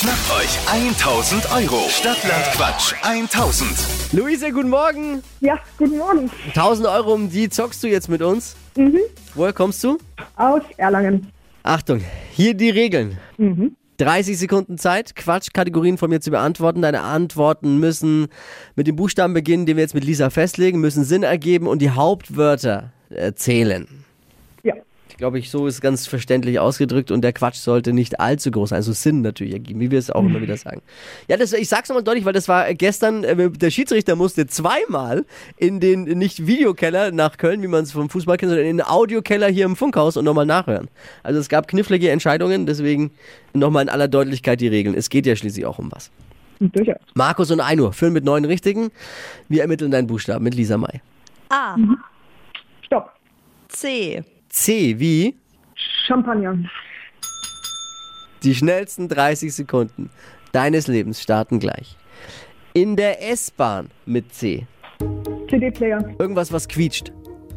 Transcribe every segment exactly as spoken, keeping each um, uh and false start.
Schnappt euch tausend Euro. Stadtland Quatsch tausend. Luise, guten Morgen. Ja, guten Morgen. tausend Euro, um die zockst du jetzt mit uns. Mhm. Woher kommst du? Aus Erlangen. Achtung, hier die Regeln. Mhm. dreißig Sekunden Zeit, Quatschkategorien von mir zu beantworten. Deine Antworten müssen mit dem Buchstaben beginnen, den wir jetzt mit Lisa festlegen, müssen Sinn ergeben und die Hauptwörter erzählen. Ja. Ich glaube, ich so ist ganz verständlich ausgedrückt und der Quatsch sollte nicht allzu groß sein, also Sinn natürlich ergeben, wie wir es auch immer wieder sagen. Ja, das, ich sag's nochmal deutlich, weil das war gestern, äh, der Schiedsrichter musste zweimal in den, nicht Videokeller nach Köln, wie man es vom Fußball kennt, sondern in den Audiokeller hier im Funkhaus und nochmal nachhören. Also es gab knifflige Entscheidungen, deswegen nochmal in aller Deutlichkeit die Regeln. Es geht ja schließlich auch um was. Durchaus. Markus und Einur führen mit neun Richtigen. Wir ermitteln deinen Buchstaben mit Lisa May. A. Stopp. C. C wie Champagner. die schnellsten dreißig Sekunden deines Lebens starten gleich. In der S-Bahn mit C. C D-Player. Irgendwas, was quietscht.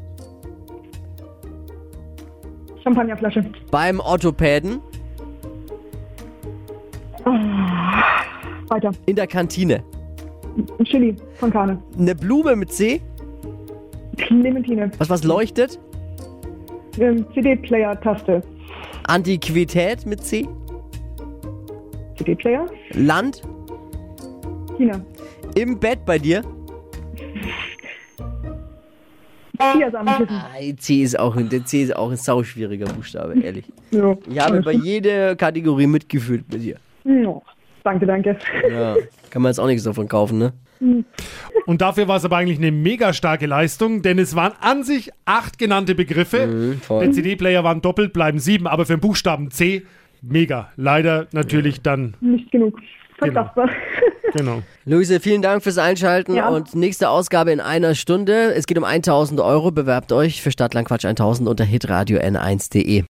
Champagnerflasche. Beim Orthopäden. Weiter. In der Kantine. Chili von Carne. Eine Blume mit C. Clementine. Was, was leuchtet. Ähm, C D-Player-Taste. Antiquität mit C. C D-Player. Land. China. Im Bett bei dir. Chiasamenkissen. Ah, C ist auch, der C ist auch ein sauschwieriger Buchstabe, ehrlich. Ja. Ich habe bei jeder Kategorie mitgefühlt mit dir. Ja. Danke, danke. Ja, kann man jetzt auch nichts davon kaufen, ne? Und dafür war es aber eigentlich eine mega starke Leistung, denn es waren an sich acht genannte Begriffe. Mhm, voll. Der C D-Player waren doppelt, bleiben sieben, aber für den Buchstaben C mega. Leider natürlich dann. Nicht genug. Verkraftbar. Genau. Luise, vielen Dank fürs Einschalten Ja. und nächste Ausgabe in einer Stunde. Es geht um tausend Euro. Bewerbt euch für Stadtland Quatsch tausend unter hitradio n eins punkt de.